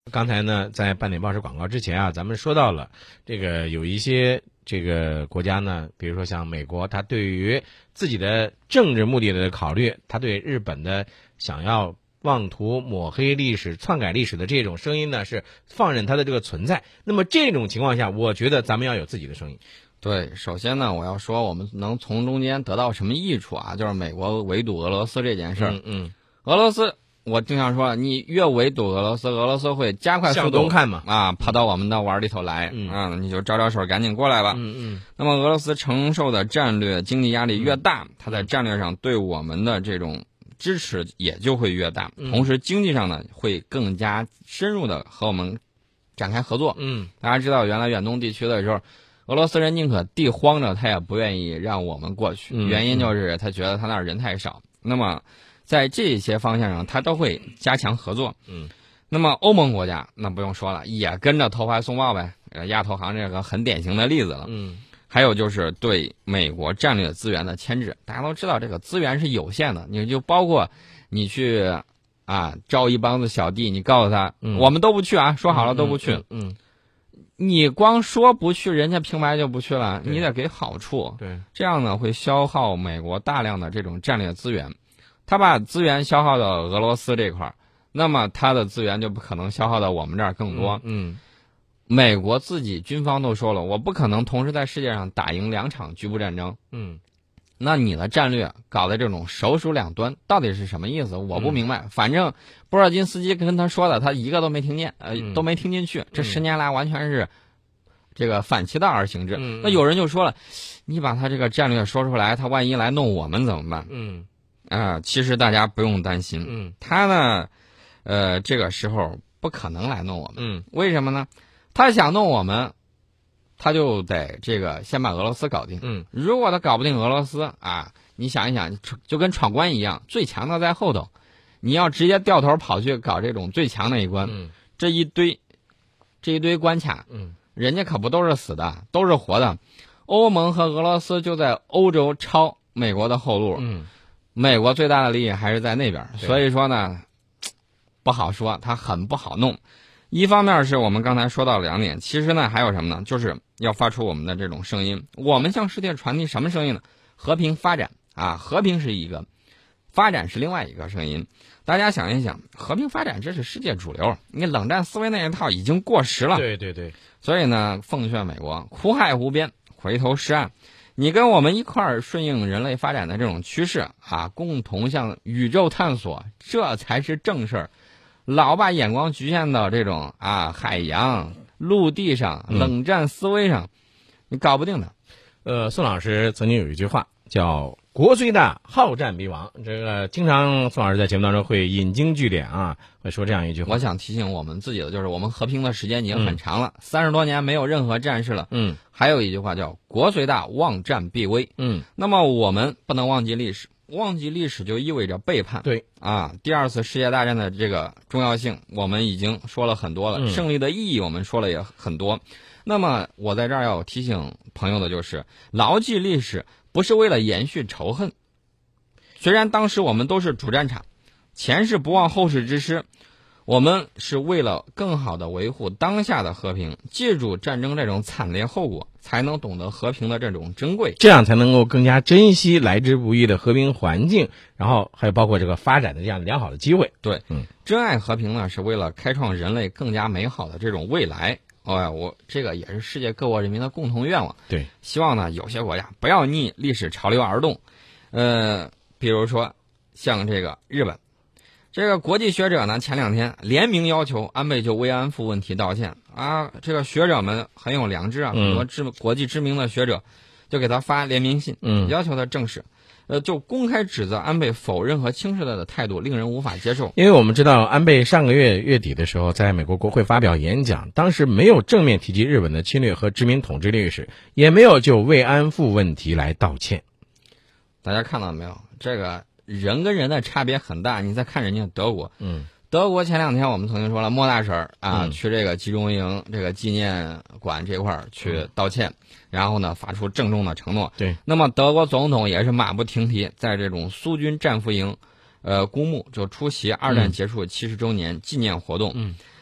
刚才呢，在半点报时广告之前啊，咱们说到了这个有一些这个国家呢，比如说像美国，它对于自己的政治目的的考虑，它对日本的想要妄图抹黑历史、篡改历史的这种声音呢，是放任它的这个存在。那么这种情况下，我觉得咱们要有自己的声音。 对，首先呢，我要说我们能从中间得到什么益处啊？就是美国围堵俄罗斯这件事儿。俄罗斯。我经常说，你越围堵俄罗斯，俄罗斯会加快速度向东看嘛， 跑到我们的碗里头来，你就招招手，赶紧过来吧。那么俄罗斯承受的战略经济压力越大，它在战略上对我们的这种支持也就会越大，同时经济上呢会更加深入的和我们展开合作。大家知道，原来远东地区的时候，俄罗斯人宁可地荒着，他也不愿意让我们过去，原因就是他觉得他那儿人太少。那么在这些方向上，他都会加强合作。那么欧盟国家那不用说了，也跟着投怀送抱呗。亚投行这个很典型的例子了。还有就是对美国战略资源的牵制，大家都知道这个资源是有限的，你就包括你去招一帮子小弟，你告诉他，我们都不去啊，说好了都不去。你光说不去，人家平白就不去了，你得给好处。 对， 这样呢会消耗美国大量的这种战略资源。他把资源消耗到俄罗斯这块儿，那么他的资源就不可能消耗到我们这儿更多。美国自己军方都说了，我不可能同时在世界上打赢2场局部战争。那你的战略搞的这种首鼠两端，到底是什么意思？我不明白。反正波尔津斯基跟他说的，他一个都没听见，都没听进去。这10年来完全是这个反其道而行之。那有人就说了，你把他这个战略说出来，他万一来弄我们怎么办？其实大家不用担心，他呢，这个时候不可能来弄我们。为什么呢？他想弄我们，他就得这个先把俄罗斯搞定。如果他搞不定俄罗斯你想一想，就跟闯关一样，最强的在后头，你要直接掉头跑去搞这种最强那一关，这一堆关卡，人家可不都是死的，都是活的。欧盟和俄罗斯就在欧洲抄美国的后路。美国最大的利益还是在那边，所以说呢，不好说，它很不好弄。一方面是我们刚才说到2点，其实呢还有什么呢？就是要发出我们的这种声音。我们向世界传递什么声音呢？和平发展和平是一个，发展是另外一个声音。大家想一想，和平发展这是世界主流，你冷战思维那一套已经过时了。 对。 所以呢，奉劝美国苦海无边，回头是岸。你跟我们一块儿顺应人类发展的这种趋势共同向宇宙探索，这才是正事儿。老把眼光局限到这种海洋、陆地上、冷战思维上，你搞不定的。 宋老师曾经有一句话叫“国虽大，好战必亡”。这个经常宋老师在节目当中会引经据典会说这样一句话。 我想提醒我们自己的就是，我们和平的时间已经很长了，30多年没有任何战事了。还有一句话叫“国虽大，望战必危”。那么我们不能忘记历史，忘记历史就意味着背叛。 对第2次世界大战的这个重要性，我们已经说了很多了，胜利的意义我们说了也很多。那么我在这儿要提醒朋友的就是，牢记历史不是为了延续仇恨。虽然当时我们都是主战场，前事不忘后事之师，我们是为了更好的维护当下的和平，记住战争这种惨烈后果，才能懂得和平的这种珍贵， 这样才能够更加珍惜来之不易的和平环境，然后还有包括这个发展的这样良好的机会。 对，珍爱和平呢，是为了开创人类更加美好的这种未来。我这个也是世界各国人民的共同愿望。 对， 希望呢有些国家不要逆历史潮流而动。比如说像这个日本，这个国际学者呢前2天联名要求安倍就慰安妇问题道歉这个学者们很有良知很多国际知名的学者就给他发联名信，要求他正视。就公开指责安倍否认和轻视他的态度令人无法接受。 因为我们知道安倍上个月月底的时候在美国国会发表演讲，当时没有正面提及日本的侵略和殖民统治历史，也没有就慰安妇问题来道歉。 大家看到没有，这个人跟人的差别很大。你再看人家德国，德国前2天我们曾经说了，莫大婶去这个集中营这个纪念馆这块去道歉，然后呢发出郑重的承诺。 对， 那么德国总统也是马不停蹄，在这种苏军战俘营，公墓就出席2战结束70周年纪念活动。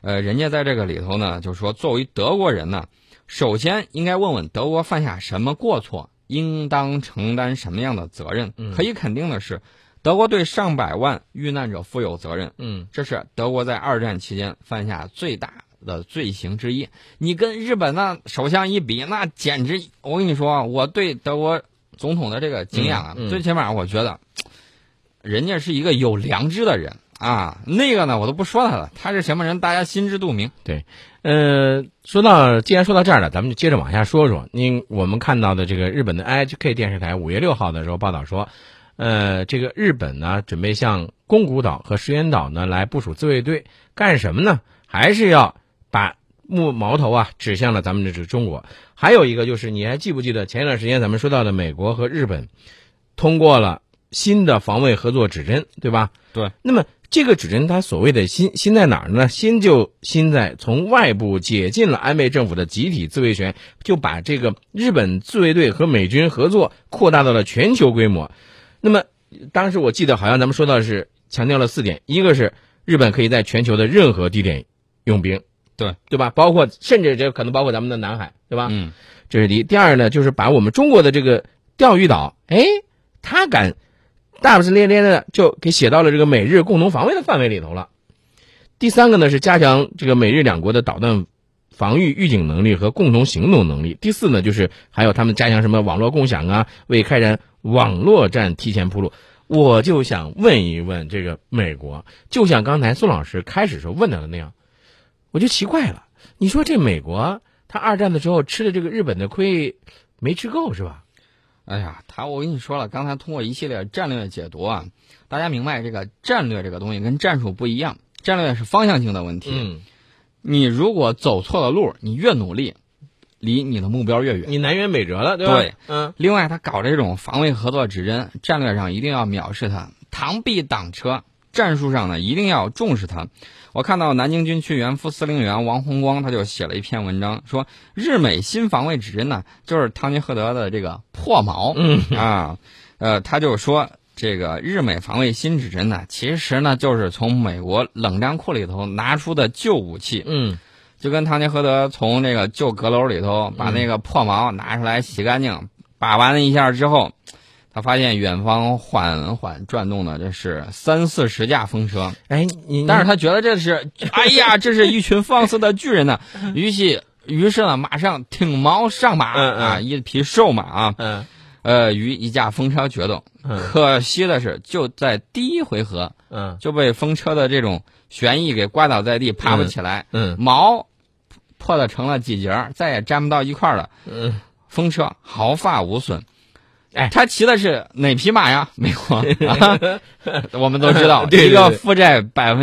人家在这个里头呢，就说作为德国人呢，首先应该问问德国犯下什么过错，应当承担什么样的责任。可以肯定的是，德国对上百万遇难者负有责任。这是德国在二战期间犯下最大的罪行之一。你跟日本那首相一比，那简直，我跟你说，我对德国总统的这个敬仰啊，最起码我觉得，人家是一个有良知的人啊。那个呢，我都不说他了，他是什么人，大家心知肚明。 对，既然说到这儿了，咱们就接着往下说说。我们看到的这个日本的 NHK 电视台5月6号的时候报道说，这个日本呢准备向宫古岛和石垣岛呢来部署自卫队，干什么呢？还是要把矛头啊指向了咱们这是中国。还有一个就是，你还记不记得前一段时间咱们说到的美国和日本通过了新的防卫合作指针，对吧？ 对。 那么这个指针它所谓的新在哪儿呢？新在从外部解禁了安倍政府的集体自卫权，就把这个日本自卫队和美军合作扩大到了全球规模。那么当时我记得好像咱们说到的是强调了4点，一个是日本可以在全球的任何地点用兵，对吧？包括甚至这可能包括咱们的南海，对吧？这是第一。第二呢，就是把我们中国的这个钓鱼岛，他敢大不咧咧的就给写到了这个美日共同防卫的范围里头了。第三个呢是加强这个美日两国的导弹防御预警能力和共同行动能力。第四呢就是还有他们加强什么网络共享啊，为开展网络战提前铺路。我就想问一问这个美国，就像刚才宋老师开始时候问到的那样，我就奇怪了，你说这美国他二战的时候吃的这个日本的亏没吃够是吧？ 哎呀，我跟你说了，刚才通过一系列战略解读啊，大家明白这个战略这个东西跟战术不一样，战略是方向性的问题。你如果走错了路，你越努力，离你的目标越远， 你南辕北辙了，对吧？ 对，另外他搞这种防卫合作指针，战略上一定要藐视他，螳臂挡车，战术上呢一定要重视他。我看到南京军区原副司令员王洪光他就写了一篇文章，说日美新防卫指针呢就是唐吉诃德的这个破锚。他就说这个日美防卫新指针呢，其实呢就是从美国冷战库里头拿出的旧武器。就跟唐吉诃德从这个旧阁楼里头把那个破锚拿出来洗干净，把玩了一下之后，他发现远方缓缓转动的这是30-40架风车。但是他觉得这是，哎呀，这是一群放肆的巨人呢。于是呢，马上挺矛上马一匹瘦马与一架风车决斗。可惜的是，就在第一回合，就被风车的这种旋翼给刮倒在地，爬不起来。矛破了成了几节，再也粘不到一块儿了。风车毫发无损。他骑的是哪匹马呀？美国我们都知道，一个负债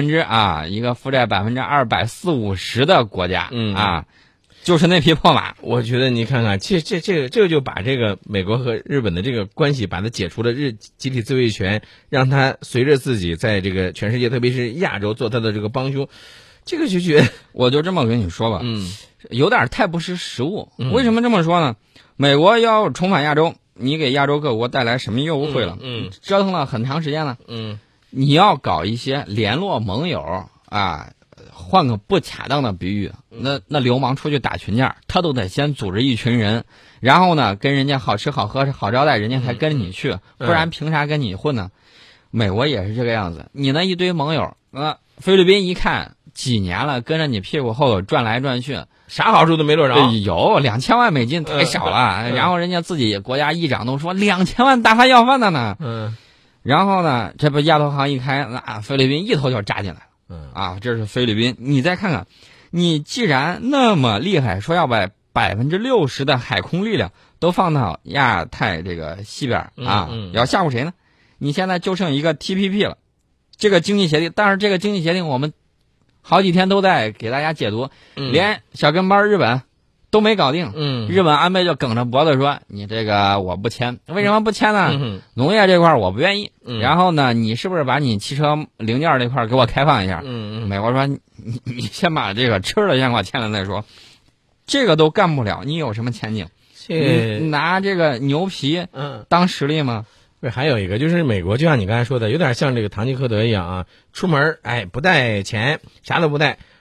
250%的国家就是那匹破马。 我觉得你看看，这就把这个美国和日本的这个关系，把它解除了集体自卫权，让它随着自己在这个全世界，特别是亚洲做它的这个帮凶。这个就觉得， 我就这么跟你说吧，有点太不识时务。为什么这么说呢？美国要重返亚洲，你给亚洲各国带来什么优惠了？折腾了很长时间了。你要搞一些联络盟友啊，换个不恰当的比喻，那流氓出去打群架，他都得先组织一群人，然后呢跟人家好吃好喝好招待，人家才跟你去，不然凭啥跟你混呢？美国也是这个样子，你那一堆盟友，菲律宾一看几年了，跟着你屁股后头转来转去， 啥好处都没落着。 有2000万美金太少了，然后人家自己国家议长都说2000万大饭要饭的呢。然后呢，这不亚投行一开，那菲律宾一头就扎进来了。这是菲律宾。你再看看，你既然那么厉害，说要把60%的海空力量都放到亚太这个西边要吓唬谁呢？你现在就剩一个 TPP 了，这个经济协定。但是这个经济协定我们好几天都在给大家解读，连小跟班日本都没搞定。日本安倍就梗着脖子说：“你这个我不签，为什么不签呢？农业这块我不愿意。然后呢，你是不是把你汽车零件这块给我开放一下？”美国说：“你先把这个吃的先给我签了再说，这个都干不了，你有什么前景？你拿这个牛皮当实力吗？” 还有一个就是美国，就像你刚才说的，有点像这个唐吉诃德一样啊，出门不带钱，啥都不带，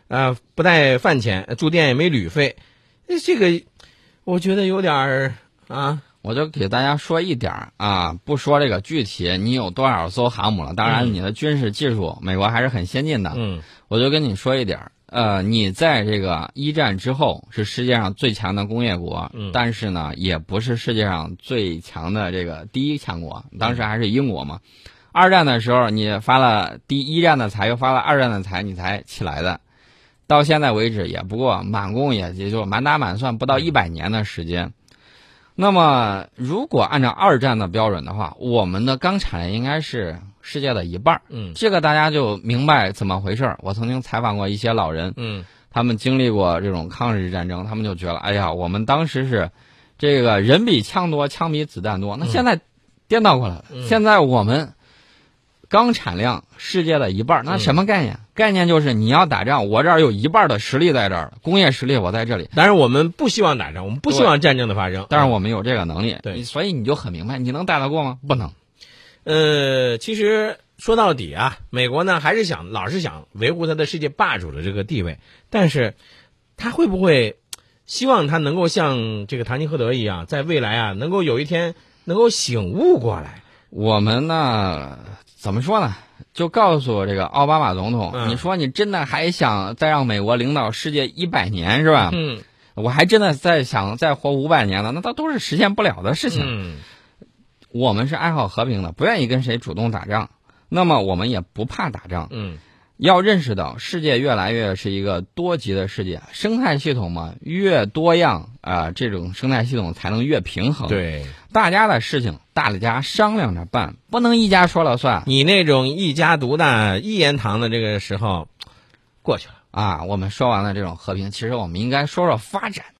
不带饭钱，住店也没旅费，这个我觉得有点儿啊。 我就给大家说一点啊，不说这个具体你有多少艘航母了，当然你的军事技术美国还是很先进的。我就跟你说一点，你在这个一战之后是世界上最强的工业国，但是呢，也不是世界上最强的这个第一强国，当时还是英国嘛。二战的时候你发了第一战的财，又发了二战的财，你才起来的。到现在为止也不过满共也就满打满算不到100年的时间。那么如果按照二战的标准的话，我们的钢产量应该是世界的一半。这个大家就明白怎么回事。我曾经采访过一些老人，他们经历过这种抗日战争，他们就觉得哎呀，我们当时是这个人比枪多，枪比子弹多。那现在颠倒过来了，现在我们钢产量世界的一半，那什么概念？概念就是你要打仗，我这儿有一半的实力在这儿，工业实力我在这里。 当然我们不希望打仗，我们不希望战争的发生， 但是我们有这个能力。 对， 所以你就很明白，你能打得过吗？不能。 其实说到底啊，美国呢还是老是想维护它的世界霸主的这个地位，但是他会不会希望他能够像这个唐吉诃德一样，在未来啊能够有一天能够醒悟过来？ 我们呢怎么说呢？就告诉这个奥巴马总统，你说你真的还想再让美国领导世界100年是吧？我还真的想再活500年呢，那都是实现不了的事情。我们是爱好和平的，不愿意跟谁主动打仗，那么我们也不怕打仗。要认识到世界越来越是一个多极的世界，生态系统嘛越多样这种生态系统才能越平衡。 对， 大家的事情大家商量着办，不能一家说了算。 你那种一家独大一言堂的这个时候过去了啊。我们说完了这种和平，其实我们应该说说发展。